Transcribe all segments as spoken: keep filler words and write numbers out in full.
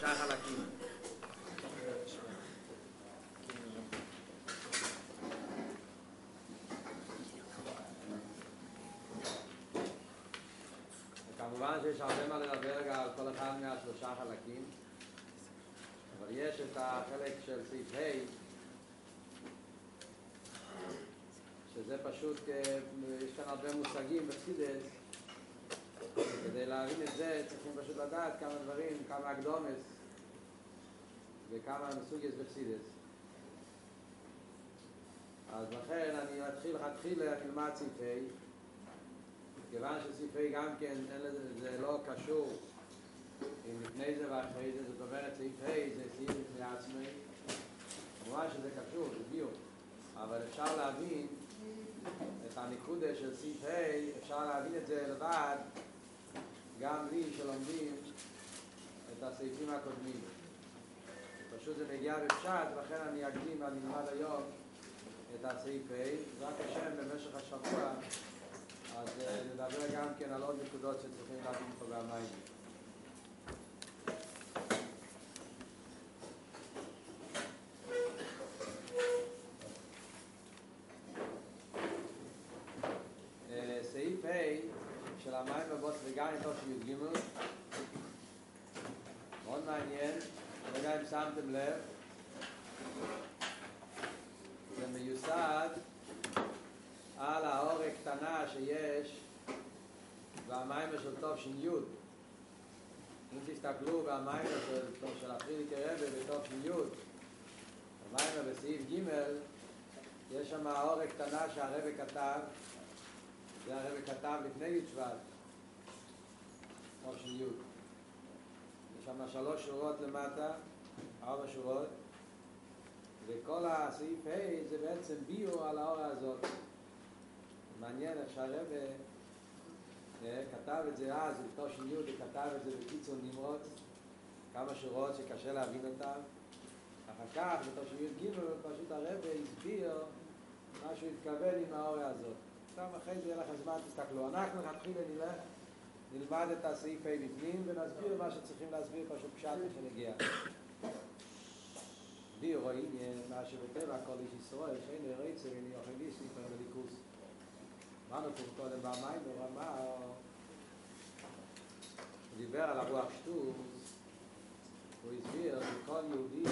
שלושה חלקים. וכמובן שיש הרבה מה לדבר על כל אחד מהשלושה חלקים, אבל יש את החלק של סעיף ה' שזה פשוט, יש כאן הרבה מושגים בחסידות. כדי להבין את זה צריכים פשוט לדעת כמה דברים, כמה הקדומות וכמה מסוגיות בחסידות. אז לכן אני מתחיל, התחיל נלמד סעיף ה', כיוון שסעיף ה' גם כן זה לא קשור עם לפני זה ואחרי זה, זאת אומרת סעיף ה' זה סעיף לפני עצמי, כמובן שזה קשור, זה ביור, אבל אפשר להבין את הנקודה של סעיף ה', אפשר להבין את זה לבד גם לי שלומדים את הסעיפים הקודמים. פשוט זה מגיע בפשט, ולכן אני אקדים ואני נלמד היום את הסעיף ה', רק השם במשך השבוע, אז נדבר גם כן על עוד נקודות שצריכים להבין פה במים. סעיף ה' של המים בבוס וגם איתו שי"ג מאוד מעניין, רגע אם שמתם לב, זה מיוסד על האור הקטנה שיש והמים של טוב ש"י. אם תסתכלו והמים של, של הפרידיקי רבי בטוב ש"י, המים בסעיף ג' יש שם האור הקטנה שהרבי כתב, זה הרבי כתב לפני י' שבט, טוב ש"י. יש שם שלוש שורות למטה, ארבע שורות, וכל הסעיף ה' זה בעצם ביור על האור הזאת. מעניין איך שהרבי כתב את זה אז, בטוב ש"י, וכתב את זה בקיצור נמרוד, כמה שורות שקשה להבין אותם. אחר כך, בטוב ש"י, פשוט הרבי הסביר מה שהוא התכוון עם האור הזאת. עכשיו אחרי זה יהיה לכם זמן, תסתכלו. אנחנו נתחיל ונלך, נלמד את הסעיף ה' בפנים ונסביר מה שצריכים להסביר פשוט פשט כשנגיע. די רואים מה שבטבע כל איש ישראל, שאין רצה ואין יוכל ליסי כבר בליכוס. אמרנו פה קודם במים ורמה, הוא דיבר על הרוח שטוס, הוא הסביר שכל יהודי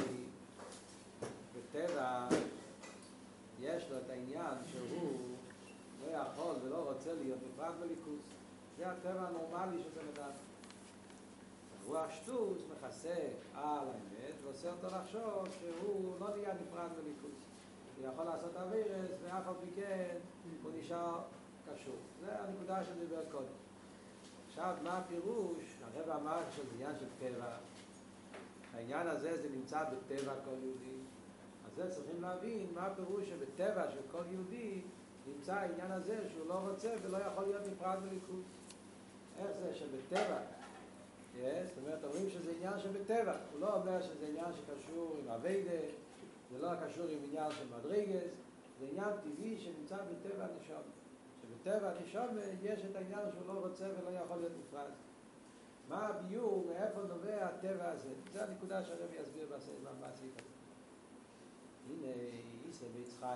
בטבע יש לו את העניין שהוא לא יכול ולא רוצה להיות נפרד בליכוס. זה הטבע הנורמלי של בן אדם. רוח שטוס מכסה על האמת ועושה אותו לחשוב שהוא לא נהיה נפרד בליכוס. הוא יכול לעשות אבירס ואף על פי כן הוא נשאר קשור. זה הנקודה שדיבר קודם. עכשיו מה הפירוש? הרב אמר שזה עניין של טבע. העניין הזה זה נמצא בטבע כל יהודי. אז זה צריכים להבין מה הפירוש שבטבע של כל יהודי נמצא העניין הזה שהוא לא רוצה ולא יכול להיות נפרד בליכוז. איך זה שבטבע? Yes, זאת אומרת, אומרים שזה עניין שבטבע. הוא לא אומר שזה עניין שקשור עם הווידה, זה לא קשור עם עניין של מדרגס, זה עניין טבעי שנמצא בטבע הנשום. שבטבע הנשום יש את העניין שהוא לא רוצה ולא יכול להיות נפרד. מה הביור, מאיפה נובע הטבע הזה? זה הנקודה שהרבי יסביר בסעיף הזה. הנה, איסא בית חי.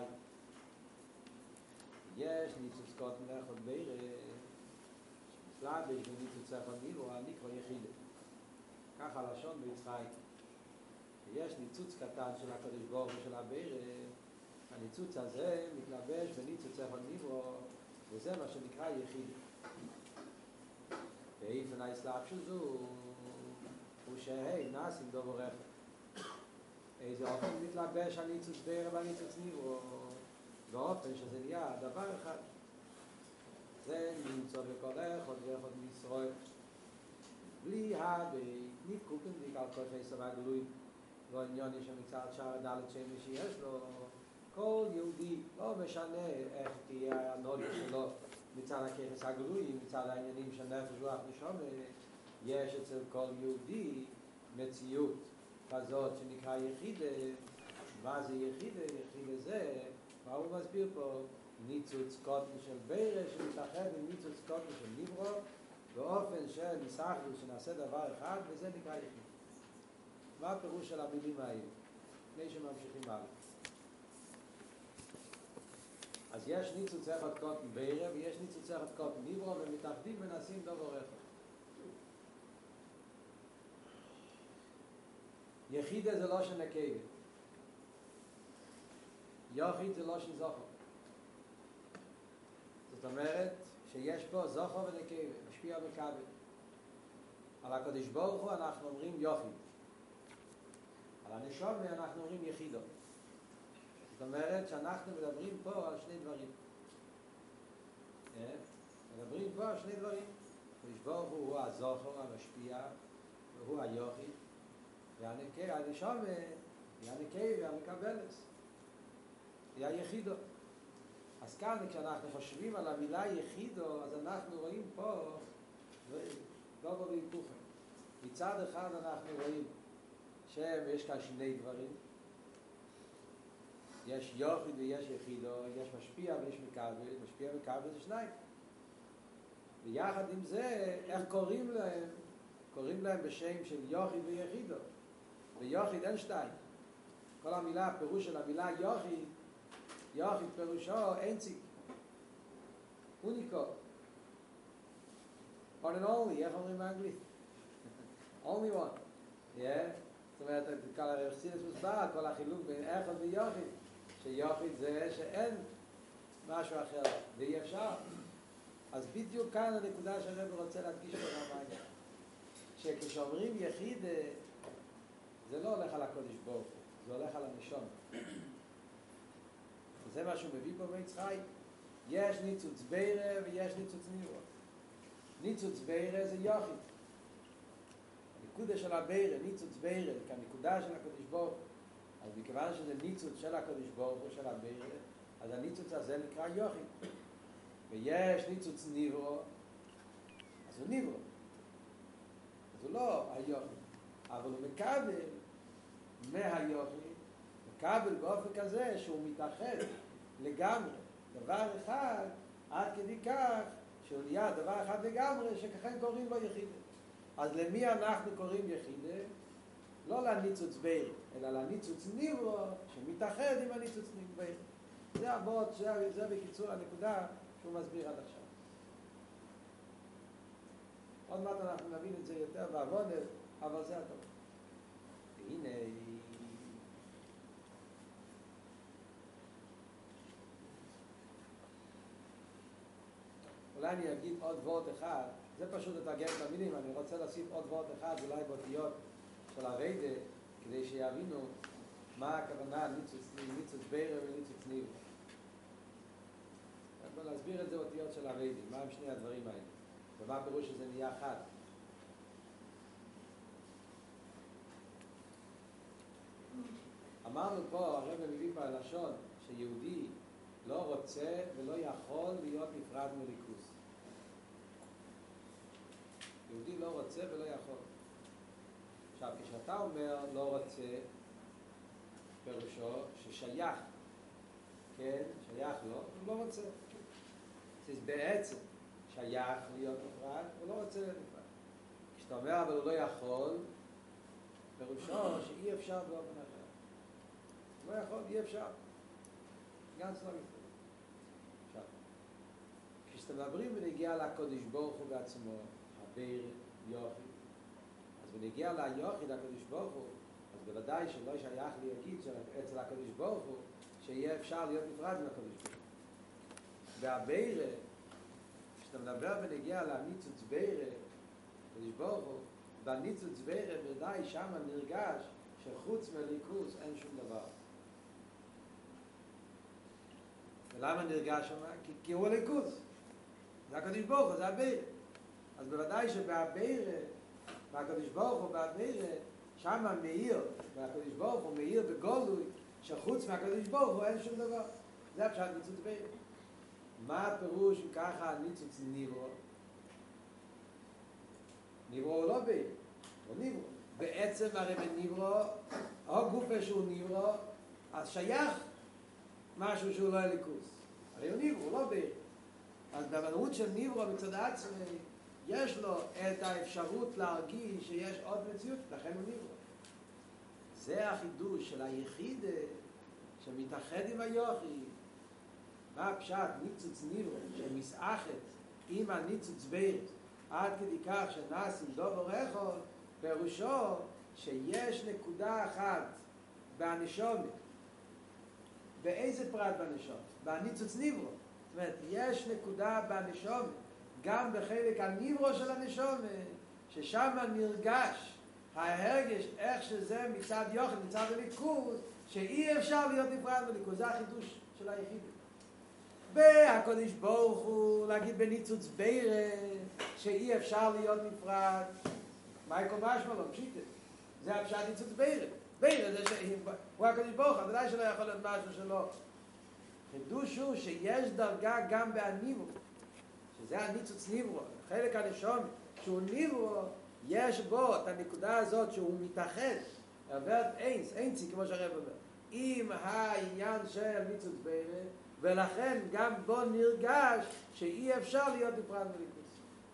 יש ניצוץ קוטן לאחד בירה, סלאביש וניצוץ לאחד ניבו, הנקרא יחידה. ככה לשון בית חי. יש ניצוץ קטן של הקדוש ברוך הוא של הבירה, הניצוץ הזה מתלבש בניצוץ לאחד ניבו, וזה מה שנקרא יחידה. ואיפן האסלאב שזו, הוא שהי נאסים דובר אחד. איזה אופן מתלבש הניצוץ בירה והניצוץ ניבו, באופן שזה נהיה דבר אחד. זה נמצא בכל אחד ואחד מישראל. בלי הבי, נתקוקן דיק על כל חסר הגלוי, לא עניין יש מצד שער דלת שמש שיש לו. כל יהודי, לא משנה איך תהיה הנולד שלו, מצד הכחס הגלוי, מצד העניינים של נפש רוח נשמה, יש אצל כל יהודי מציאות כזאת שנקרא יחידה. מה זה יחידה? יחידה זה, מה הוא מסביר פה? ניצוץ קוטן של בירה שמתאחד עם ניצוץ קוטן של נברו באופן של ניסחנו שנעשה דבר אחד, וזה נקרא יחידה. מה הפירוש של המילים האלה? לפני שממשיכים הלאה. אז יש ניצוץ אחד קוטן בירה ויש ניצוץ אחד קוטן ניברו ומתאחדים ונעשים דבר אחד. יחידה זה לא שנקבה. יחיד זה לא שזוכר. זאת אומרת שיש פה זוכר ונקבה, משפיע וכבל. על הקדוש ברוך הוא אנחנו אומרים יחיד. על הנשמה אנחנו אומרים יחידו. זאת אומרת שאנחנו מדברים פה על שני דברים. מדברים פה על שני דברים. הקדוש ברוך הוא הוא הזוכר, המשפיע, והוא היחיד. והנשמה היא הנקבה והמקבלת. היא היחידו. אז כאן כשאנחנו חושבים על המילה יחידו, אז אנחנו רואים פה דבר והיפוכה. מצד אחד אנחנו רואים שיש כאן שני דברים. יש יחיד ויש יחידו, יש משפיע ויש מקבל, משפיע ומקבל זה שניים. ויחד עם זה, איך קוראים להם? קוראים להם בשם של יחיד ויחידו. ויחיד אין שתיים. כל המילה, הפירוש של המילה יחיד, יחיד פירושו אין ציק. אוניקו. One and only, איך אומרים באנגלית? Only one. Yeah? זאת אומרת, כל הרחסידס מוסבר, כל החילוק בין אחד ויחיד, שיחיד זה שאין משהו אחר, ואי אפשר. אז בדיוק כאן הנקודה שהרב רוצה להדגיש פה מהמעניין. שכשאומרים יחיד, זה לא הולך על הקודש ברוך הוא, זה הולך על הנשמה. זה מה שהוא מביא פה ביצחי. יש ניצוץ בירה ויש ניצוץ ניברו. ניצוץ בירה זה יחיד. הנקודה של הבירה, ניצוץ בירה, כנקודה של הקודש ברוך הוא. אז מכיוון שזה ניצוץ של הקודש ברוך הוא, של הבירה, אז הניצוץ הזה נקרא יחיד. ויש ניצוץ ניברו, אז הוא ניברו. אז הוא לא היחיד. אבל הוא מקבל מהיחיד, מקבל באופן כזה שהוא מתאחד לגמרי. דבר אחד, עד כדי כך, שהוא נהיה דבר אחד לגמרי, שככן קוראים לו יחידה. אז למי אנחנו קוראים יחידה? לא לניצוץ ביר, אלא לניצוץ ניברו, שמתאחד עם הניצוץ ביר. זה הבאות, זה, זה בקיצור הנקודה שהוא מסביר עד עכשיו. עוד מעט אנחנו נבין את זה יותר בעבודת, אבל זה הטוב. והנה, אולי אני אגיד עוד וורט אחד, זה פשוט לתרגם את המילים, אני רוצה להוסיף עוד וורט אחד, אולי באותיות של הריידה, כדי שיבינו מה הכוונה ניצוץ בירה וניצוץ ניברו. בוא להסביר את זה באותיות של הריידה, מה הם שני הדברים האלה, ומה הפירוש שזה נהיה אחד. אמרנו פה, הרב מביא פה הלשון, שיהודי לא רוצה ולא יכול להיות נפרד מליכוס. יהודי לא רוצה ולא יכול. עכשיו, כשאתה אומר לא רוצה, פירושו ששייך, כן, שייך לו, הוא לא רוצה. זה בעצם שייך להיות נפרד, הוא לא רוצה להיות נפרד. כשאתה אומר אבל הוא לא יכול, פירושו שאי אפשר באופן אחר. לא יכול, אי אפשר. גם סלאמית. עכשיו, כשאתם מדברים ונגיע לקודש ברוך הוא בעצמו, הביר יוחיד, אז ונגיע ליוחיד הקודש ברוך הוא, אז בוודאי שלא שייך לי להגיד שאצל הקודש ברוך הוא, שיהיה אפשר להיות נפרד מהקודש ברוך הוא. והביר, כשאתה מדבר ונגיע לניצוץ ביר, הקודש ברוך הוא, בניצוץ ביר בוודאי שם נרגש שחוץ מליכוס אין שום דבר. ולמה נרגש שם? כי, כי הוא הליכוס. זה הקדוש ברוך הוא, זה הביר. אז בוודאי שבהביר, והקדוש ברוך הוא בהביר, שם מאיר, והקדוש ברוך הוא מאיר בגולוי, שחוץ מהקדוש ברוך הוא אין שום דבר. זה הפשט ניצוץ ביר. מה הפירוש אם ככה ניצוץ ניברו? ניברו הוא לא ביר, הוא ניברו. בעצם הרי בניברו, או גופה שהוא ניברו, אז שייך משהו שהוא לא הליכוס. הרי הוא ניברו, הוא לא ביר. אז במהות של ניברו מצד עצמי, יש לו את האפשרות להרגיש שיש עוד מציאות, לכן הוא ניברו. זה החידוש של היחיד שמתאחד עם היוחד. מה הפשט? ניצוץ ניברו שמסאחד עם הניצוץ בית עד כדי כך שנעשים דובר אחד, פירושו שיש נקודה אחת בנשמה. באיזה פרט בנשמה? בניצוץ ניברו. זאת אומרת, יש נקודה בנשמה, גם בחלק הניברו של הנשמה, ששם נרגש ההרגש איך שזה מצד יוחד, מצד הליכוז, שאי אפשר להיות נפרד בליכוז. זה החידוש של היחיד. והקודש ברוך הוא להגיד בניצוץ בירה שאי אפשר להיות נפרד. מייקל משמע לא פשיטה, זה הפשט ניצוץ בירה. בירה זה שהוא הקודש ברוך הוא, ודאי שלא יכול להיות משהו שלא. חידוש הוא שיש דרגה גם בהניברו, שזה הניצוץ ניברו, חלק הנשום שהוא ניברו, יש בו את הנקודה הזאת שהוא מתאחד, עברת אינס, אינסי כמו שהרב אומר, עם העניין של ניצוץ בירה, ולכן גם בו נרגש שאי אפשר להיות נפרד מליכוז.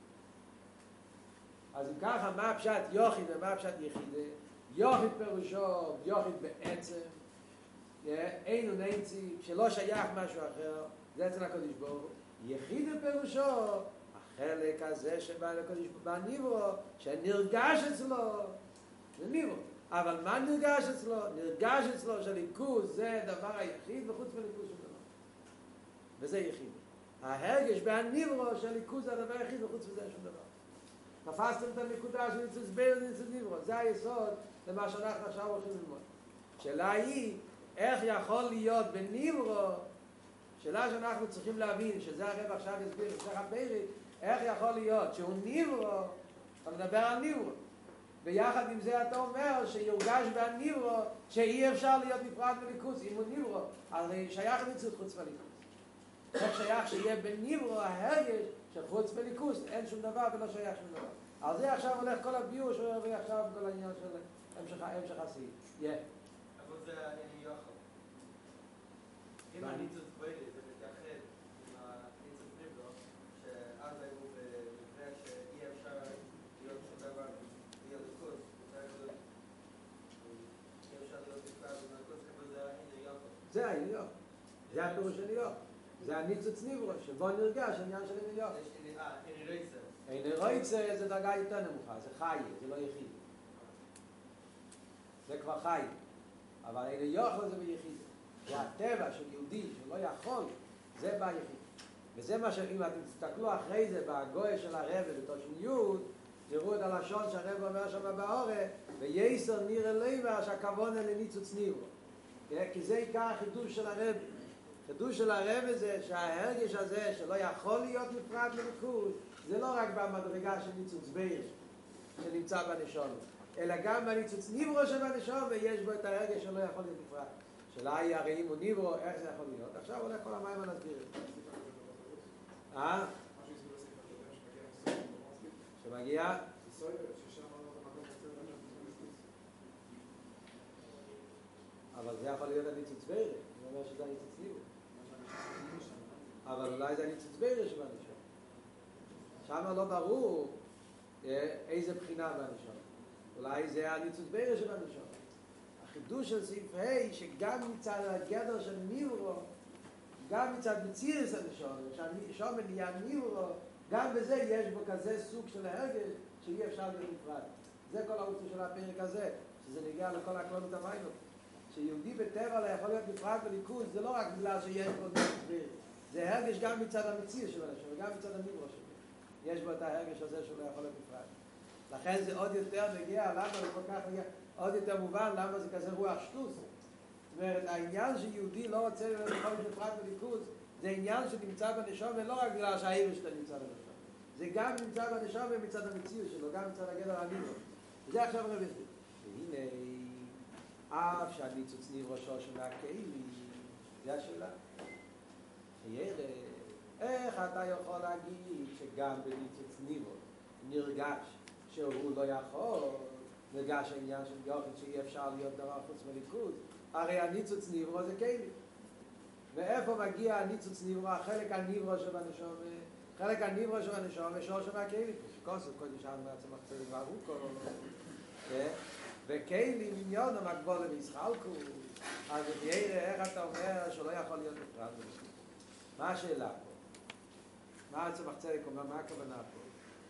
אז אם ככה, מה הפשט יוחד ומה הפשט יחידה? יוחד פירושו, יוחד בעצם, אין ונאינצי, שלא שייך משהו אחר, זה אצל הקודש ברוך הוא. יחידה פירושו, החלק הזה שבא לקודש בניברו, שנרגש אצלו, זה ניברו. אבל מה נרגש אצלו? נרגש אצלו שהליכוז זה הדבר היחיד וחוץ מליכוז של דבר. וזה יחיד. ההרגש בהניברו שהליכוז זה הדבר היחיד וחוץ מזה שום דבר. תפסתם את הנקודה של ניצוץ בירה וניצוץ ניברו. זה היסוד למה שאנחנו עכשיו הולכים ללמוד. שאלה היא, איך יכול להיות בניברו, שאלה שאנחנו צריכים להבין, שזה הרב עכשיו הסביר, שזה הפרק, איך יכול להיות שהוא ניברו, אתה מדבר על ניברו. ויחד עם זה אתה אומר שיורגש בהניברו שאי אפשר להיות נפרד מליכוז. אם הוא ניברו, הרי שייך ניצוץ חוץ מליכוז. איך שייך שיהיה בניברו ההרגש שחוץ מליכוז אין שום דבר ולא שייך שום דבר. על זה עכשיו הולך כל הביור שעובר עכשיו כל העניין של המשך, המשך הסעיף. Yeah. אבל זה אני יוחד. אם הניצוץ בירה זה מתאחד עם הניצוץ ניברו, שאז היו במקרה שאי אפשר להיות שום דבר בלי הליכוז, אי אפשר להיות נפרד בליכוז, אבל זה אני יוחד. זה אני יוחד. זה הפירוש של יוחד. זה הניצוץ ניברו, שבו נרגש העניין של אני יוחד. אה, אין רייצה. אין רייצה זה דרגה יותר נמוכה, זה חי, זה לא יחיד. זה כבר חי. אבל אין יוחד זה ביחיד. זה הטבע של יהודי שלא יכול, זה ביחיד. וזה מה שאם אתם תסתכלו אחרי זה בהגויה של הרב בתושן יוד, תראו את הלשון שהרב אומר שם באורה, וייסר ניר אלימה שהכוון אל ניצוץ ניברו. כי זה עיקר החידוש של הרב. החידוש של הרב זה שההרגש הזה שלא יכול להיות נפרד מליכוז, זה לא רק במדרגה של ניצוץ בירה שנמצא בנשמה, אלא גם בניצוץ ניברו שבנשמה ויש בו את הרגש שלא יכול להיות נפרד. שאלה היא הרי אם הוא ניברו, איך זה יכול להיות? עכשיו הולך כל המים להסביר את זה. אה? שמגיע? אבל זה יכול להיות הניצוץ בירה, אני אומר שזה הניצוץ ניברו. אבל אולי זה הניצוץ בירה שבנשמה. שם לא ברור איזה בחינה בנשמה. אולי זה הניצוץ בירה שבנשמה. החידוש של סעיף ה' שגם מצד הגדר של ניברו, גם מצד מציאות הנשמה, שהנשמה נהיה ניברו, גם בזה יש בו כזה סוג של הרגש שאי אפשר להיות נפרד. זה כל העוצה של הפרק הזה, שזה נגיע לכל הכללות המים. שיהודי בטבע לא יכול להיות נפרד בליכוז, זה לא רק בגלל שיש בו ניצוץ בירה. זה הרגש גם מצד המציאות של הנשמה, וגם מצד הניברו שלו. יש בו את ההרגש הזה שלא יכול להיות נפרד. לכן זה עוד יותר מגיע, למה זה כל כך מגיע, עוד יותר מובן למה זה כזה רוח שטוס. זאת אומרת, העניין שיהודי לא רוצה להיות נפרד בליכוז, זה עניין שנמצא בנשמה, ולא רק בגלל שהעיר שלו נמצא בנשמה. זה גם נמצא בנשמה מצד המציאות שלו, גם מצד הגדר הניברו. וזה עכשיו רב הסביר. והנה, אף שהניצוץ ניברו שושן מהכלים, זה השאלה. שיראה, איך אתה יכול להגיד שגם בניצוץ ניברו נרגש שהוא לא יכול, נרגש העניין של יוחד שאי אפשר להיות דבר חוץ מליכוז, הרי הניצוץ ניברו זה כלים. ואיפה מגיע הניצוץ ניברו, החלק הניברו שבנשמה, חלק הניברו שבנשמה ושורש מהכלים. שכוסו, כל ישן בעצם החצי כבר הוא כל... וכלים עניון המקבול וישחלקו, אז יראה איך אתה אומר שלא יכול להיות נפרד בליכוז. מה השאלה פה? מה הצמח צדק אומר? מה הכוונה פה?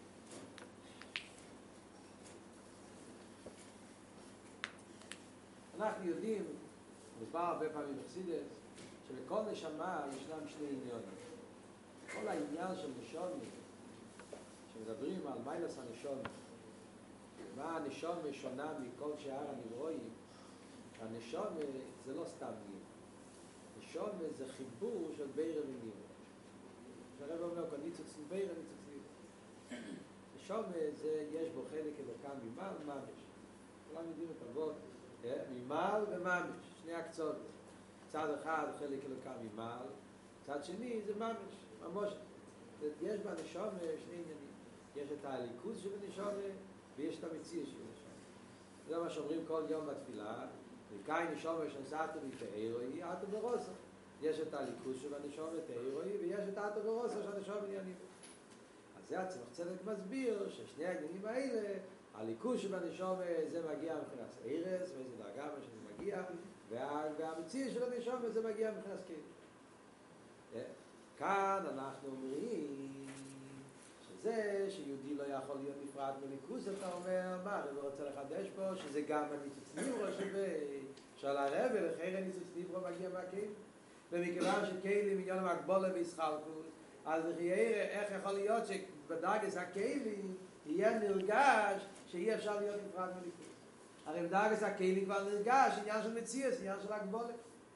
אנחנו יודעים, מוסבר הרבה פעמים בחסידות, שבכל נשמה ישנם שני עניונים. כל העניין של נשומה, שמדברים על מיילס הנשומה, מה הנשומה שונה מכל שאר הנברואים, הנשומה זה לא סתם גיל. נשומה זה חיבור של ביר וניברו. שהרב אומר, כל ניצוץ ביר וניצוץ ניברו. נשומה זה, יש בו חלק אלוקם ממעל וממש. כולם יודעים את אבות, ממעל וממש, שני הקצות. צד אחד חלק אלוקם ממעל, צד שני זה ממש, ממש. יש בנשומה שני עניינים. יש את הליכוז של הנשומה ויש את המציאות של הנשומה. זה מה שאומרים כל יום בתפילה, וקאי נשומה שנסעתו מתאירוי, אתו ברוסו. יש את הליכוז של הנשומה תאירוי, ויש את אתו ברוסו של הנשומה עניינים. אז זה הצמח צדק מסביר ששני העניינים האלה, הליכוז של הנשומה זה מגיע מבחינת ארץ, ואיזה דרגה מה שזה מגיע, והמציאות של הנשומה זה מגיע מבחינת כאילו. כאן אנחנו אומרים שזה שיהודי לא יכול להיות נפרד מליכוז, אתה אומר, מה, הרב רוצה לחדש פה, שזה גם הניצוץ ניברו שווה, שעל הרב ולחיר הניצוץ ניברו מגיע מהכלים. ומכיוון שכלים עניין המקבולה וישחלקות, אז יראה איך יכול להיות שבדרגת הכלים יהיה נרגש שאי אפשר להיות נפרד מליכוז. הרי בדרגת הכלים כבר נרגש עניין של מציאות, עניין של הגבולה.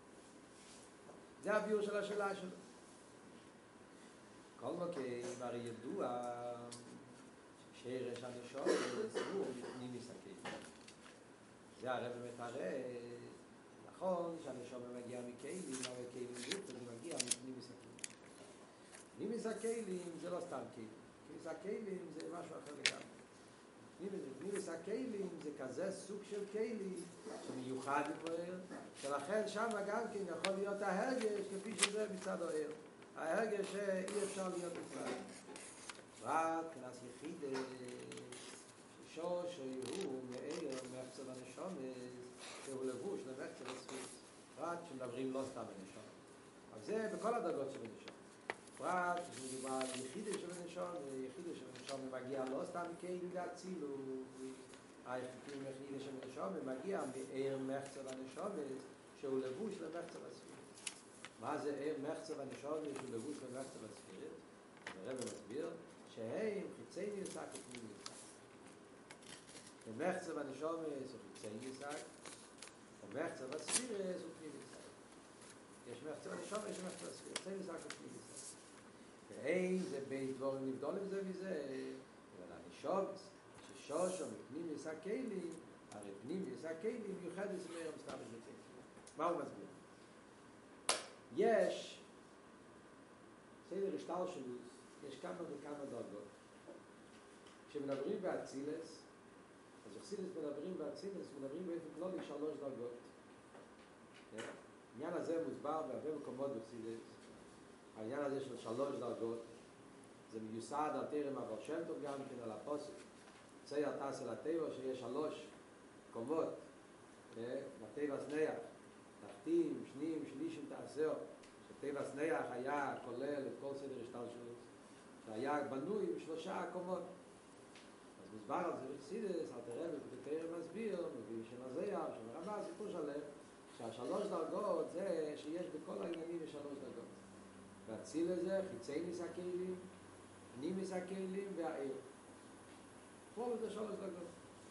זה הביור של השאלה שלו. כל מקום, הרי ידוע שרש הנשום זה סבור מפנים מסכלים. זה הרב מתאר, נכון שהנשום מגיע מכלים, אבל כלים גוף, זה מגיע מפנים מסכלים. פנים מסכלים זה לא סתם כלים. פנים מסכלים זה משהו אחר לגמרי. פנים מסכלים זה כזה סוג של כלים שמיוחד לפועל, שלכן שם גם כן יכול להיות ההרגש כפי שזה מצד האור. ההרגש שאי אפשר להיות נפרד. רק כנס יחיד ששוש או יהוא מאיר מחצב הנשום שהוא לבוש למחצב הספיץ. רק שמדברים לא סתם בנשום. אבל זה בכל הדרגות של הנשום. פרט שמדובר על יחיד של הנשום, יחיד של הנשום מגיע לא סתם מכלים להצילו. היחידים יחיד של הנשום מגיע מאיר מחצב הנשום שהוא לבוש למחצב הספיץ. מה זה עיר מחצב הנשום שהוא לבוש למחצב הספירת? הרב מסביר שהם חיצי ניסק ופנים ניסק. ומחצב הנשום הוא חיצי ניסק, ומחצב הספירת הוא פנים ניסק. יש מחצב הנשום ויש מחצב הספירת, חיצי ניסק ופנים ניסק. ואין זה בין דבורים נבדולים זה וזה, אבל הנשום ששושו מפנים ניסק כלים, הרי פנים ניסק כלים מיוחד לסמיר המסתבר בזה. מה הוא מסביר? יש סדר השתלשלות, יש כמה וכמה דרגות. כשמדברים באצילס, אז בחסידות מדברים באצילס, מדברים באופן כללי שלוש דרגות. העניין הזה מוסבר בהרבה מקומות בחסידות. העניין הזה של שלוש דרגות, זה מיוסד על תרם אבל שם טוב גם כן על הפוסק. צייר טס אל הטבע שיש שלוש קומות, בטבע סניח. תחתים, שנים, שלישים תעשר, שטבע סניח היה כולל את כל סדר השתלשלות, שהיה בנוי בשלושה קומות. אז מוסבר על זה בחסידות, על תראה ובתרם מסביר, מביא שם הזיח, שם רבה, סיפור שלם, שהשלוש דרגות זה שיש בכל העניינים יש שלוש דרגות. והציל הזה, חיצי ניס הכלים, פנים ניס הכלים והעיר. כל זה שלוש דרגות.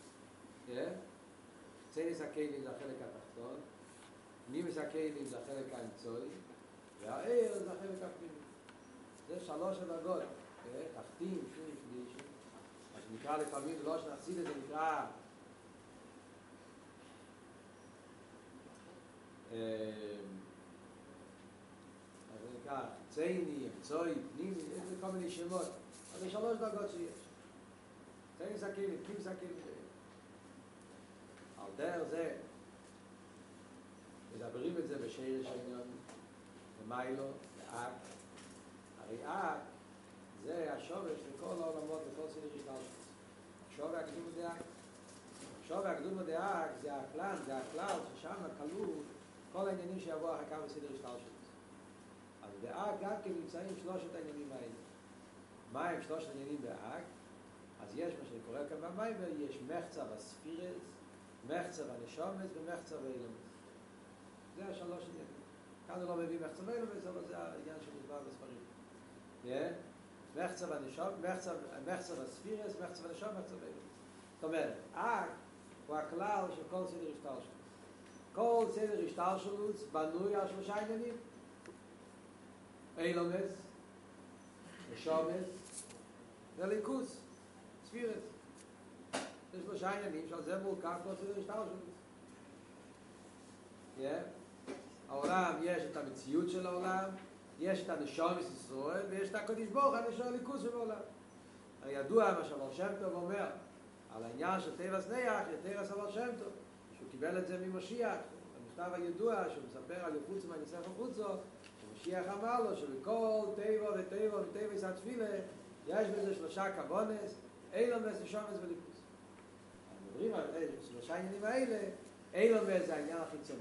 חיצי ניס הכלים זה החלק התחתון, פנים ניס הכלים זה החלק האמצעי, והעיר זה החלק הפנימי. זה שלוש הדרגות, תחתים, שני, שלישי. מה שנקרא לפעמים, לא שנחסיד את זה נקרא זה נקרא חיצייני, אמצעי, פנימי, זה כל מיני שמות. אז זה שלוש דרגות שיש. חיצייני סכלים, פנים סכלים. על דרך זה מדברים את זה בשרש העניין, במיילו, באק. הרי אק זה השורש לכל העולמות, לכל סדר השתלשלות. השורש הקדים הוא דאק. שוב הקדומה דאק זה הכלל, זה הכלל ששם כלול כל העניינים שיבוא אחר כך בסדר השתלשלות. אז באק גם כן נמצאים שלושת העניינים האלה. מה הם שלושת העניינים באק? אז יש מה שקורא כאן במיימר, יש מחצב הספירס, מחצב הנשומס ומחצב האילומס. זה השלוש עניינים. כאן הוא לא מביא מחצב האילומס, אבל זה העניין שמוסבר בספרים. Yeah. מחצב הנשום, מחצב, מחצב הספירס, מחצב הנשום, מחצב האילומס. זאת אומרת, אק הוא הכלל של כל סדר השתלשלות. כל סדר השתלשלות בנוי על שלושה עניינים. אילומס, נשומס וליכוס, ספירס. יש שלושה עניינים שעל זה מורכב כל סדר השתלשלות. Yeah. העולם, יש את המציאות של העולם, יש את הנשומס ישראל, ויש את הקדוש ברוך הוא, הנשום הליכוס שבעולם. הידוע מה שהבר שם טוב אומר, על העניין של טבעס ניח, יתרס הבר שם טוב, שהוא קיבל את זה ממשיח, במכתב הידוע שהוא מספר על יחוץ מהניסח החוצו, שמשיח אמר לו שבכל טבע וטבע וטבע יש התפילה, יש בזה שלושה כבונס, אילומס, נשומס וליכוס. מדברים על שלושה העניינים האלה, אילומס זה העניין החיצוני,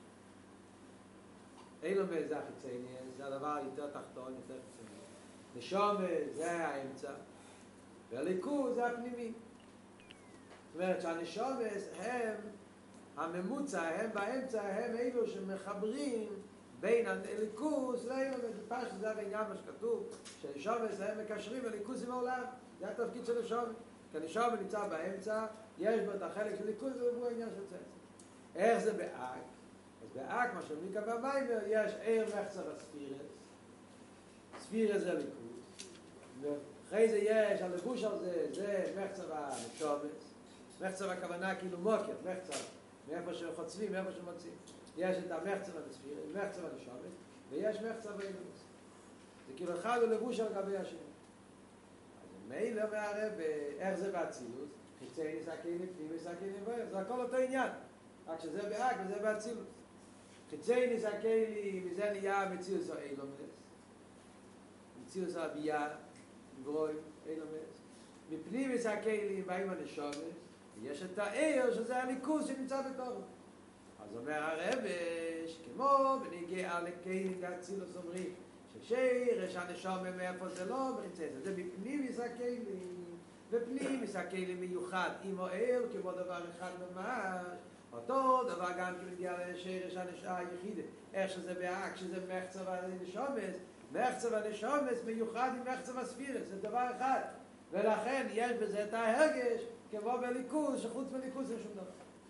אילומס זה החיצוני, זה הדבר יותר תחתון, יותר חיצוני. נשומס זה האמצע, והליכוס זה הפנימי. זאת אומרת שהנשומס הם הממוצע, הם באמצע, הם אלו שמחברים בין הליכוס לאילומס. בפשט זה בעניין מה שכתוב, שהנשומס הם מקשרים הליכוס עם העולם. זה התפקיד של נשומס. כי הנשומס נמצא באמצע, יש בו את החלק של ליכוס, והוא העניין של צמצם. איך זה באק? אז באק, מה שאומרים כאן במיימר, יש עיר מחצב הספירס. ספירס זה ליכוס. ואחרי זה יש, הלבוש על זה, זה מחצב הנשומס. מחצב הכוונה כאילו מוקר, מחצב, מאיפה שחוצבים, מאיפה שמוצאים. יש את המחצב הספירס, מחצב הנשומס, ויש מחצב האילומס. זה כאילו אחד הוא לבוש על גבי השני. אז מילא מהרב, איך זה באצילות? חיצי ניסקי לפנים, ניסקי לבויר. זה הכל אותו עניין. רק שזה באק וזה באצילות. חיצי ניסקי לי, מזה נהיה מציאוס האילומס. מציאוס הבייה, ברוי, אילומס. מפנים ניסקי לי, באים הנשומס. יש את העיר שזה הליכוס שנמצא בתורו. אז אומר הרבש, כמו בניגיע לקיילים והצילוס אומרים, ששרש הנשום מאיפה זה לא בחיצי זה, זה בפנים מסקיילים, בפנים מסקיילים מיוחד עם העיר כמו דבר אחד ממש, אותו דבר גם כמגיע לשרש הנשום היחיד, איך שזה באק, שזה מחצב הנשומס, מחצב הנשומס מיוחד עם מחצב הספירס, זה דבר אחד, ולכן יש בזה את ההרגש, כמו בליכוס, שחוץ מליכוס אין שום דבר.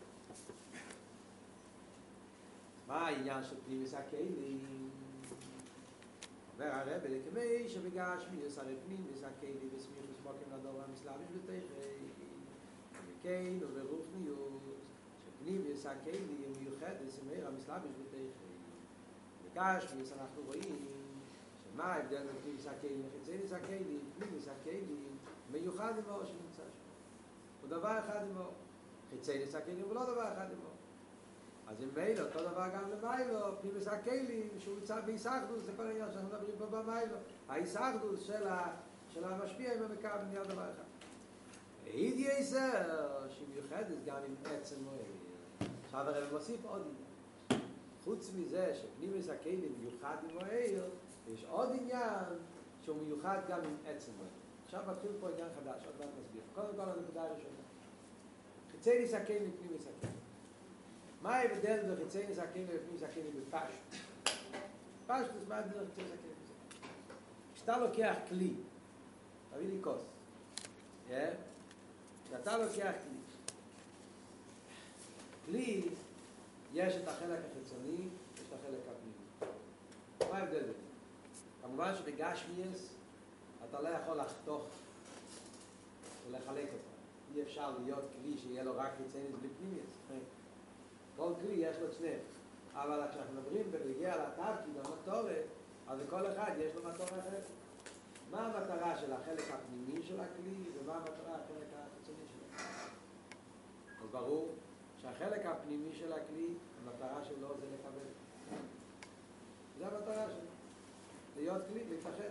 מה העניין של פנימיס הכלים? אומר הרב, לכמי שבגש מיוס הרי פנימיס הכלים וסמיך וסמוקים לדור המסלאביש בתכי וכן וברוחניות שפנימיס הכלים מיוחד לסמיר המסלאביש בתכי בגש מיוס אנחנו רואים שמה ההבדל בין פנימיס הכלים וחיצייניס הכלים פנימיס הכלים מיוחד עם האור שנמצא שם הוא דבר אחד עם האור חיצייניס הכלים ולא דבר אחד עם האור אז אם מיילו, אותו דבר גם למיילו, פנימיס הכלים, שהוא יצא בהיסחדוס, זה כל העניין שאנחנו מדברים פה במיילו. ההיסחדוס של, ה, של המשפיע עם המקרב נהיה דבר אחד. העיד יסר, שמיוחדת גם עם עצם מועיל. עכשיו הרב מוסיף עוד עניין. חוץ מזה שפנימיס הכלים מיוחד עם מועיל, יש עוד עניין שהוא מיוחד גם עם עצם מועיל. עכשיו מתחיל פה עניין חדש, עוד מעט נסביר. קודם כל הנקודה הראשונה. חיצייניס הכלים פנימיס הכלים. מה ההבדל בין חיצייניס הכלים ופנימיס הכלים בפשט? פשט זה מה ההבדל בין חיצייניס הכלים? כשאתה לוקח כלי, תביא לי כוס, כשאתה לוקח כלי, כלי יש את החלק החיצוני, יש את החלק הפנימי. מה ההבדל בין? כמובן שבגשמיאס אתה לא יכול לחתוך ולחלק אותו. אי אפשר להיות כלי שיהיה לו רק חיצייניס בלי פנימיס. כל כלי יש לו צנף, אבל כשאנחנו מדברים בנגיע לתפקיד, למטורת, אז לכל אחד יש לו מטורה אחרת. מה המטרה של החלק הפנימי של הכלי, ומה המטרה החלק החיצוני של הכלי? אז ברור שהחלק הפנימי של הכלי, המטרה שלו זה לקבל. זה המטרה שלו. להיות כלי, להתאחד.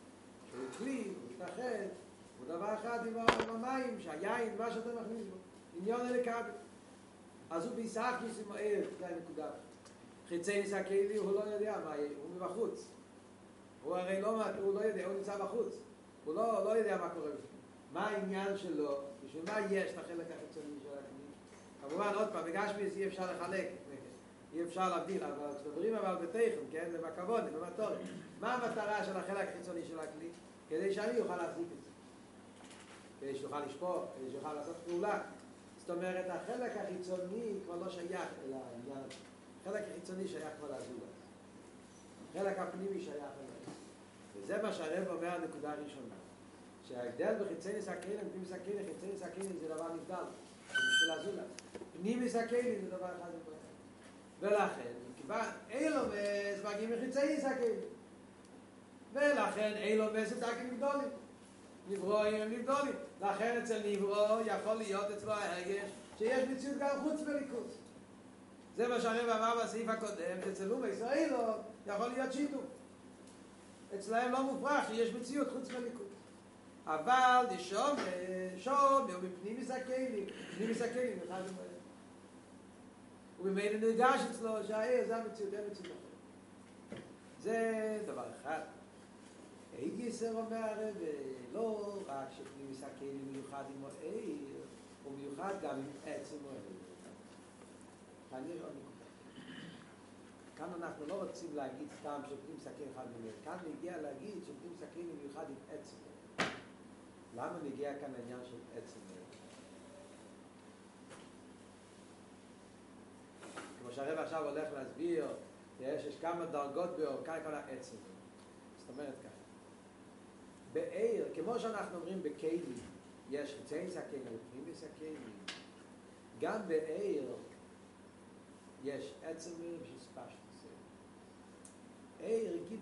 שהוא כלי, להתאחד, הוא דבר אחד עם המים, שהיין, מה שאתה מכניס בו. עניון אלקבל. אז הוא ביסחקיס עם העיר, זה הנקודה. חיצי נסקלי הוא לא יודע מה, הוא מבחוץ. הוא הרי לא, הוא לא יודע, הוא נמצא בחוץ. הוא לא, לא יודע מה קורה בפנים. מה העניין שלו, בשביל מה יש לחלק החיצוני של הכלי? כמובן, עוד פעם, בגשמיס אי אפשר לחלק, אי אפשר להבדיל, אבל כשמדברים אבל בתיכם, כן, במכבוד, במטורת. מה המטרה של החלק החיצוני של הכלי? כדי שאני אוכל להחזיק את זה. כדי שיוכל לשפור, כדי שיוכל לעשות פעולה. זאת אומרת, החלק החיצוני כבר לא שייך אל העניין הזה. החלק החיצוני שייך כבר לעזולה. החלק הפנימי שייך אליו. וזה מה שהרב אומר הנקודה הראשונה. שההבדל בחיצי נסקלים, פנימי נסקלים, חיצי נסקלים זה דבר נבדל. זה בשביל לעזולה. פנימי נסקלים זה דבר אחד נבדל. ולכן, מכיוון אילומס מגיעים מחיצי נסקלים. ולכן אילומס זה תקים גדולים. נברואים הם נבדולים. לכן אצל נברוא יכול להיות אצלו ההרגש שיש מציאות גם חוץ בליכוז. זה מה שהרב אמר בסעיף הקודם, אצל אומה ישראל יכול להיות שיתוף. אצלהם לא מופרח שיש מציאות חוץ בליכוז. אבל שום, שום, מפנים מסכלים, פנים מסכלים, אחד ומאלה. ובמילא נרגש אצלו שהאיר זה המציאות, אין מציאות אחרת. זה דבר אחד. היגיסר אומר הרב, לא רק שפנים מסכלים מיוחד עם האיר, הוא מיוחד גם עם עצם האיר. כאן יש עוד נקודה. כאן אנחנו לא רוצים להגיד סתם שפנים מסכלים אחד עם האיר. כאן נגיע להגיד שפנים מסכלים מיוחד עם עצם האיר. למה נגיע כאן העניין של עצם האיר? כמו שהרב עכשיו הולך להסביר, שיש כמה דרגות באור, כאן כמה עצם האיר. זאת אומרת ככה. באיר, כמו שאנחנו אומרים בכלים, יש חיצי סכלים ופנימי סכלים, גם באיר יש עצם איר ושספשטוס איר. איר גילוי.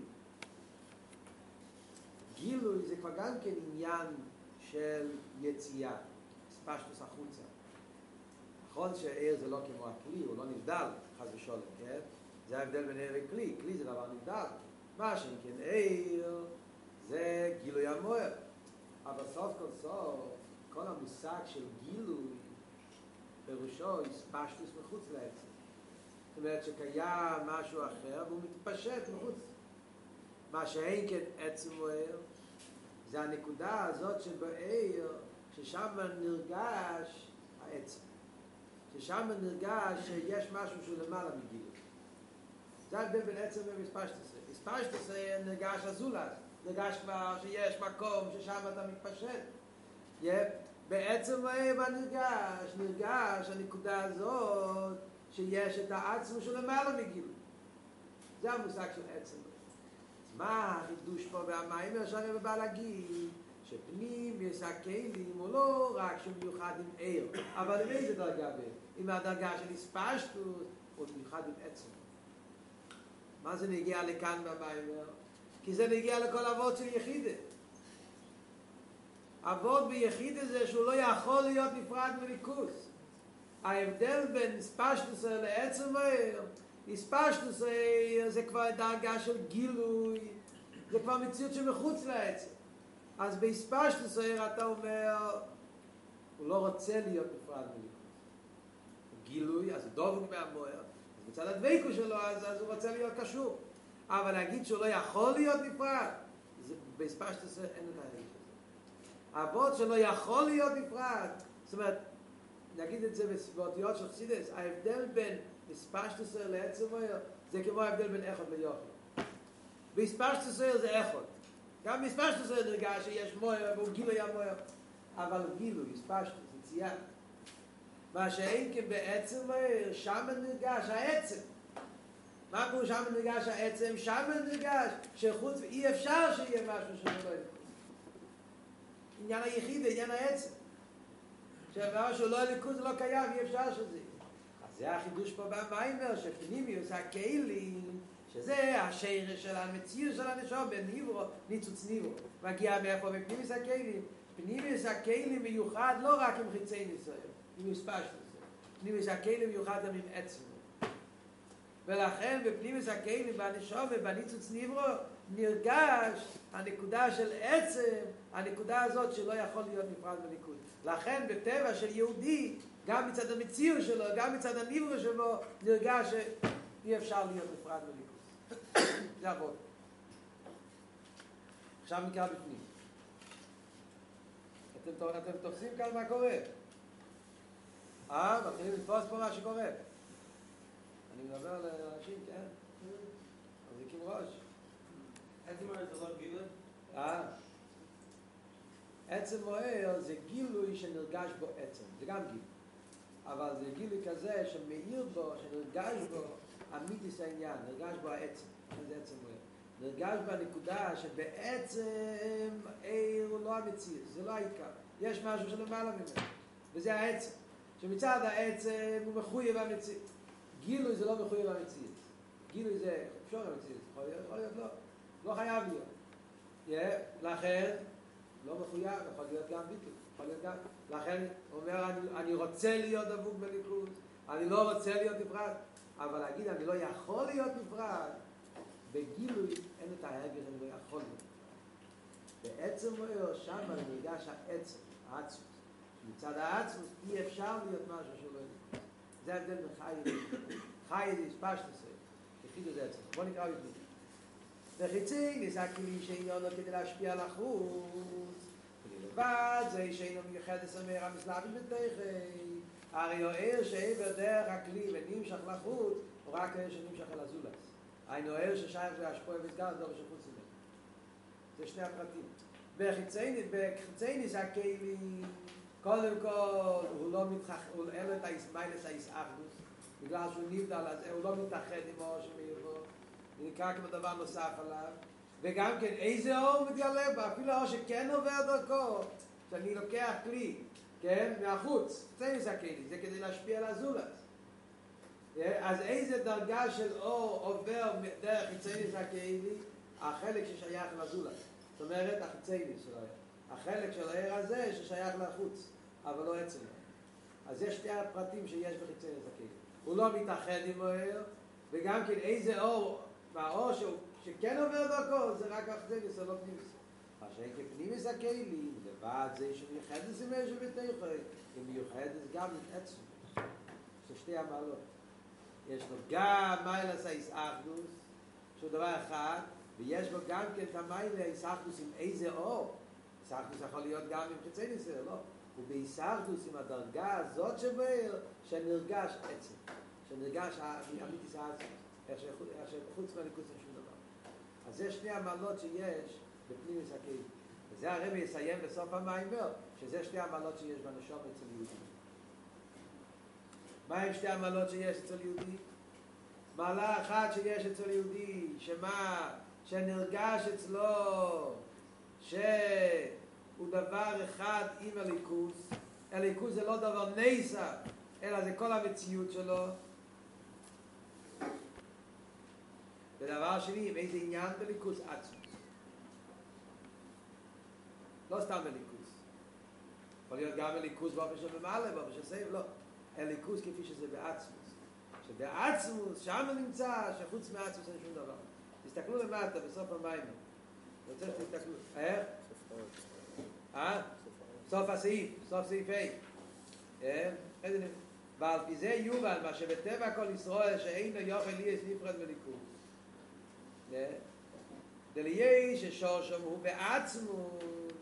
גילוי זה כבר גם כן עניין של יציאה, ספשטוס החוצה. נכון שאיר זה לא כמו הכלי, הוא לא נבדל, חס ושולם, כן? זה ההבדל בין איר וכלי, כלי זה דבר נבדל. מה שכן איר זה גילוי המוער. אבל סוף כל סוף, כל המושג של גילוי פירושו הספשטוס מחוץ לעצם. זאת אומרת שקיים משהו אחר והוא מתפשט מחוץ. מה שאין כן עצם מוער, זה הנקודה הזאת שבעיר, ששם נרגש העצם. ששם נרגש שיש משהו שהוא למעלה מגילוי. זה ההבדל בין עצם ומספשטוס. מספשטוס נרגש הזולת. נרגש כבר שיש מקום ששם אתה מתפשט. Yeah. בעצם מה נרגש? נרגש הנקודה הזאת שיש את העצם של למעלה מגילוי. זה המושג של עצם. מה החידוש פה והמיימר שאני בא להגיד? שפנים יסקלים הוא לא רק שמיוחד עם עיר, אבל עם איזה דרגה בהם? עם הדרגה של הספשטות, הוא מיוחד עם עצם. מה זה נגיע לכאן במיימר? כי זה נגיע לכל אבות של יחידה. אבות ביחידה זה שהוא לא יכול להיות נפרד מליכוס. ההבדל בין ספשטוס לעצם העיר, ספשטוס זה כבר דרגה של גילוי, זה כבר מציאות שמחוץ לעצם. אז בספשטוס אתה אומר, הוא לא רוצה להיות נפרד מליכוס. גילוי, אז הוא דובק מהמוער, אז מצד הדבקות שלו, אז, אז הוא רוצה להיות קשור. אבל להגיד שהוא לא יכול להיות נפרד, בספשטוס אין את ההרגיש הזה. אבות שלא יכול להיות נפרד, זאת אומרת, נגיד את זה באותיות של חסידות, ההבדל בין בספשטוס לעצם מוער, זה כמו ההבדל בין אחד ליוחד. בספשטוס זה אחד. גם בספשטוס נרגש שיש מוער, והוא גילוי המוער. אבל גילוי, ספשטוס, יציאה. מה שאין כן בעצם מוער, שם נרגש העצם. מה פירוש שם נרגש העצם? שם נרגש שחוץ אי אפשר שיהיה משהו שלא ילכוס. עניין היחיד, עניין העצם. שמשהו לא ילכוס, לא קיים, אי אפשר שזה. אז זה החידוש פה במיימר, שפנימיוס הכלים, שזה השרש של המציר של הנשום, בניברו, ניצוץ ניברו. מגיע מאיפה בפנימיוס הכלים. פנימיוס הכלים מיוחד לא רק עם חיצי ניסיון, עם מספשטוס. פנימיוס הכלים מיוחד גם עם עצם. ולכן בפנימיוס הכלים בנשום ובניצוץ ניברו נרגש הנקודה של עצם, הנקודה הזאת שלא יכול להיות נפרד מליכוז. לכן בטבע של יהודי גם מצד המציאות שלו, גם מצד הניברו שלו, נרגש שאי אפשר להיות נפרד מליכוס. זה עבוד. עכשיו נקרא בפנים. אתם, אתם תופסים כאן מה קורה. אה, מתחילים לתפוס פה מה שקורה. אני מדבר לאנשים, כן? מחזיקים ראש. עצם מוער זה לא גילוי? אה. עצם מוער זה גילוי שנרגש בו עצם. זה גם גילוי. אבל זה גילוי כזה שמאיר בו, שנרגש בו אמיתיס העניין, נרגש בו העצם. זה עצם מוער. נרגש בנקודה שבעצם עיר הוא לא המציאות, זה לא העיקר. יש משהו שלמעלה ממנו, וזה העצם. שמצד העצם הוא מחויב המציאות. גילוי זה לא מחויב המציאות. גילוי זה אפשר המציאות, יכול להיות, יכול להיות לא. לא חייב להיות. Yeah, לכן, לא מחויב, יכול להיות גם ביטוי. יכול להיות גם. לכן, הוא אומר, אני, אני רוצה להיות דבוק בליכוז, אני לא רוצה להיות נפרד, אבל להגיד, אני לא יכול להיות נפרד, בגילוי אין את ההרגש, אני לא יכול להיות נפרד. בעצם מוער, שם נרגש העצם, העצמות. מצד העצמות אי אפשר להיות משהו שלא יהיה. זה ההבדל בין חי חי זה פשט עושה. תחידו זה עצמות. בוא נקרא בפנים. וחיצי ניסה כלי שעניין לו כדי להשפיע על החוץ. ולבד זה שאינו מיוחד לסמר המסלאבי בתכי. הרי הוא עיר שעבר דרך הכלי ונמשך לחוץ, הוא רק עיר שנמשך על הזולס. היינו עיר ששייך להשפוע וסגר דור שחוץ ממנו. זה שני הפרטים. בחיצי ניסה כלי, קודם כל הוא לא מתחח, אין לו את הישמיילס הישאחדוס, בגלל שהוא נבדל, אז הוא לא מתאחד עם האור שמייבו. נקרא כמו דבר נוסף עליו, וגם כן איזה אור מתגלה בה, אפילו האור שכן עובר דרכו, שאני לוקח כלי, כן, מהחוץ, זה מסכלי, זה כדי להשפיע על הזולס. אז איזה דרגה של אור עובר דרך חיצייניס הכאילי, החלק ששייך לזולס. זאת אומרת, החיצייניס של העיר. החלק של העיר הזה ששייך לחוץ, אבל לא עצם. אז יש שתי הפרטים שיש בחיצייניס הכאילי. הוא לא מתאחד עם העיר, וגם כן איזה אור, והאור שכן עובר דרכו, זה רק החיצייניס, זה לא פנימיס. מה שאין כפנימיס הכאילי, לבד זה שמיוחדת זה משהו בתיכוי, ומיוחדת גם את עצמו. זה שתי המעלות. יש לו גם מיילס הישאחדוס, שהוא דבר אחד, ויש בו גם כן את המיילה הישאחדוס עם איזה אור. הישאחדוס יכול להיות גם עם חיצייניס, לא? ובהישאחדוס עם הדרגה הזאת שבעיר, שנרגש עצם, שנרגש אמיתיס העצמות, איך שחוץ מהליכוס אין שום דבר. אז זה שני המעלות שיש בפנימיס הכאילי. וזה הרבי יסיים בסוף המיימר, שזה שתי המעלות שיש בנשום אצל יהודי. מה הם שתי המעלות שיש אצל יהודי? מעלה אחת שיש אצל יהודי, שמה? שנרגש אצלו שהוא דבר אחד עם הליכוס. הליכוס זה לא דבר ניסה, אלא זה כל המציאות שלו. ודבר שני, עם איזה עניין בליכוס עצמוס. לא סתם בליכוס. יכול להיות גם בליכוס באופן של ממעלה, באופן של סייב, לא. הליכוס כפי שזה בעצמוס. שבעצמוס, שם נמצא, שחוץ מעצמוס אין שום דבר. תסתכלו למטה, בסוף המים. אני רוצה שתסתכלו. איך? אה? סוף הסעיף, סוף סעיף A. איזה נפלא. ועל פי זה יובל, מה שבטבע כל ישראל, שאינו יוכל ליאס נפרד בליכוס. דליי ששור שם הוא בעצמוס.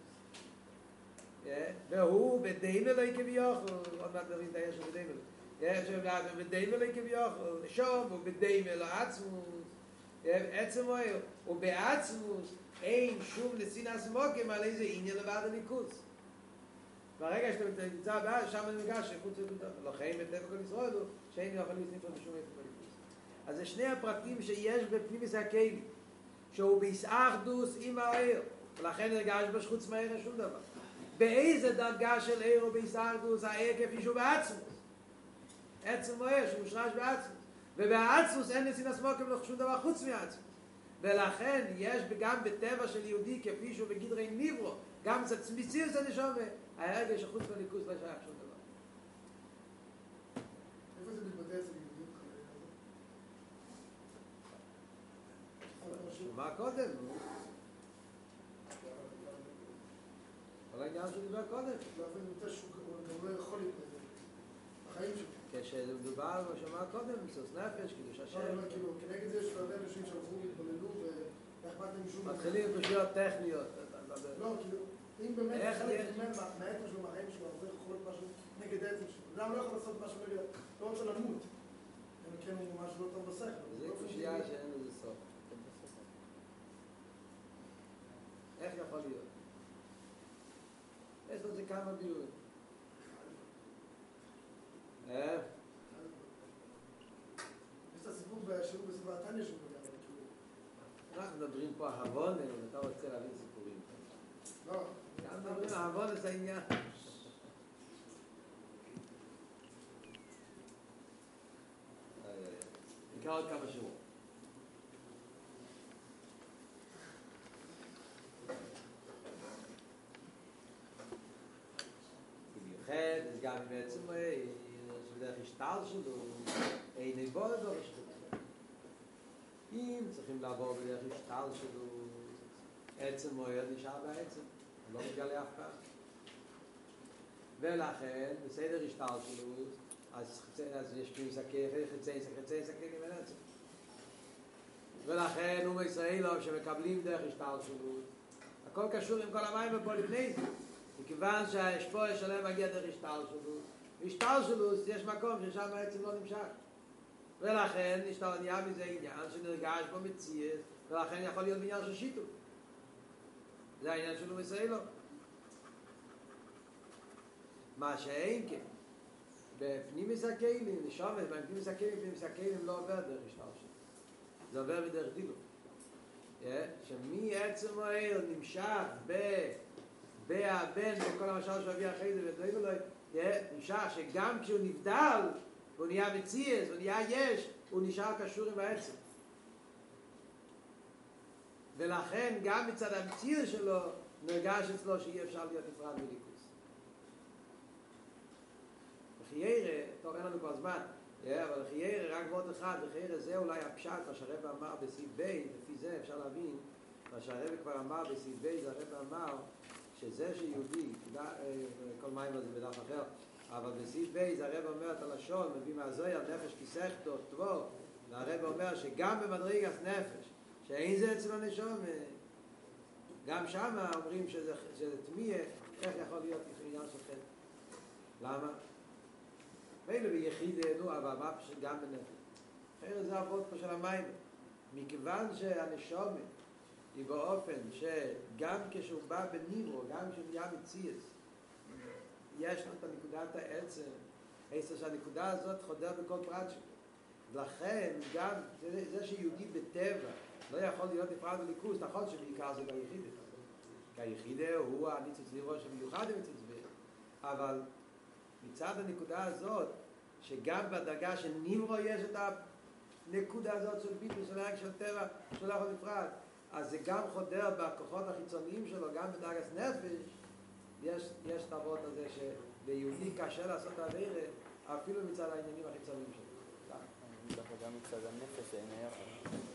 והוא בדיימה לא כביכול, עוד מעט נבין את היש של בדיימה לא. יש שם בדיימה לא כביכול, שום הוא בדיימה לא עצמוס. עצם הוא ובעצמוס אין שום לסינס מוקם על איזה עניין לבד הליכוס. ברגע שאתה נמצא בעד, שם אני מגש שחוץ לדבר. לא חיים בטבע כל ישראל הוא שאין יכול להסניף על שום איפה בליכוס. אז זה שני הפרטים שיש בפנימיס הכאילי, שהוא בהישאחדוס עם העיר, ולכן נרגש בו שחוץ מהעיר שום דבר. באיזה דרגה של עיר ובהישאחדוס העיר כפי שהוא בעצמוס. עצם הוא עיר שמושרש בעצמוס. ובעצמוס אין לסינס מוקם לו שום דבר חוץ מעצמוס. ולכן יש גם בטבע של יהודי כפי שהוא בגדרי ניברו, גם קצת מציאות זה נשום, ההרגש שחוץ מהליכוס לא שייך שום דבר. איפה זה מתבטא אצל יהודים? מה קודם? כל העניין שהוא דיבר קודם. לא, אבל אני רוצה שהוא גם לא יכול להתנדב. בחיים שלו. כשמדובר על מה שאמר קודם, מסירות נפש, קידוש השם. לא, אבל כאילו, כנגד זה יש הרבה אנשים שהלכו והתבוללו ואכפת להם משום... מתחילים קושיות טכניות. לא, כאילו, אם באמת איך חלק יש? ממנו, מהאתוס שלו, מהחיים שלו, אז יכול להיות משהו נגד העצם שלו. למה לא יכול לעשות משהו נגד, לא רוצה למות. אם כן הוא ממש לא טוב בשכל. זה קושייה שאין לזה סוף. איך יכול להיות? יש לזה כמה ביורים. אה? יש את הסיפור בשיעור בספר התניא שהוא מדבר, כאילו. אנחנו מדברים פה על הבונן, אם אתה רוצה להבין סיפורים. לא. גם מדברים על הבונן זה העניין. נקרא עוד כמה שיעור. במיוחד, זה גם בעצם שבדרך השטל שלו, אין איבוד או רשתות. אם צריכים לעבור בדרך השטל שלו, עצם מועד נשאר בעצם, הוא לא מתגלה אף פעם. ולכן, בסדר השטל שלו, אז, אז יש כאילו סקר, חצי סקר, חצי סקר עם עצם. ולכן, הוא מישראלו שמקבלים דרך השטל שלו, הכל קשור עם כל המים ופה לפני זה. מכיוון שהשפוע שלהם מגיע דרך השטל שלו, השטל שלו יש מקום ששם העצם לא נמשך. ולכן השטל נהיה מזה עניין שנרגש בו מציאות, ולכן יכול להיות בעניין של שיתוף. זה העניין שלו מישראלו. מה שאין כן, בפנימיס הכלים, נשומת, בפנימיס הכלים, בפנימיס הכלים לא עובר דרך השטל שלו. זה עובר בדרך דילו. שמעצם האל נמשך ב... והבן וכל המשל שהביא אחרי זה ודברים לו, נשאר שגם כשהוא נבדל והוא נהיה מציאס, הוא נהיה יש, הוא נשאר קשור עם העצם. ולכן גם מצד המציאס שלו נרגש אצלו שאי אפשר להיות נפרד מליכוס. וחיירה, טוב אין לנו כבר זמן, אבל חיירה רק ועוד אחד, וחיירה זה אולי הפשט, מה שהרבא אמר בסעיף ב', לפי זה אפשר להבין, מה שהרבא כבר אמר בסעיף ב', זה הרבא אמר שזה שיהודי, כל מים זה בדף אחר, אבל בסעיף ב' זה הרב אומר את הלשון, מביא מהזויר, נפש כסכתו, טבו, והרב אומר שגם במדרגת נפש, שאין זה אצל הנשום, גם שם אומרים שזה, שזה תמיה, איך יכול להיות עניין של חטא? למה? מילא ביחיד, נו, אבל מה פשוט גם בנפש? אחרי זה עבוד פה של המים, מכיוון שהנשום היא באופן שגם כשהוא בא בניברו, גם כשהוא נהיה מציאס, יש לו את הנקודת העצם, עצם שהנקודה הזאת חודר בכל פרט שלו. לכן גם זה, זה שיהודי בטבע לא יכול להיות נפרד בליכוס, נכון שבעיקר זה ביחידה. כי היחידה הוא הניצוץ ליבו שמיוחד עם ניצוץ ליבו. אבל מצד הנקודה הזאת, שגם בדרגה של ניברו יש את הנקודה הזאת של ביטל, של הרג של טבע, של לא יכול נפרד. אז זה גם חודר בכוחות החיצוניים שלו, גם בדרגת נפש, יש, יש את העבוד הזה שליהודי קשה לעשות עבירה, אפילו מצד העניינים החיצוניים שלו. גם מצד הנפש אין היחד.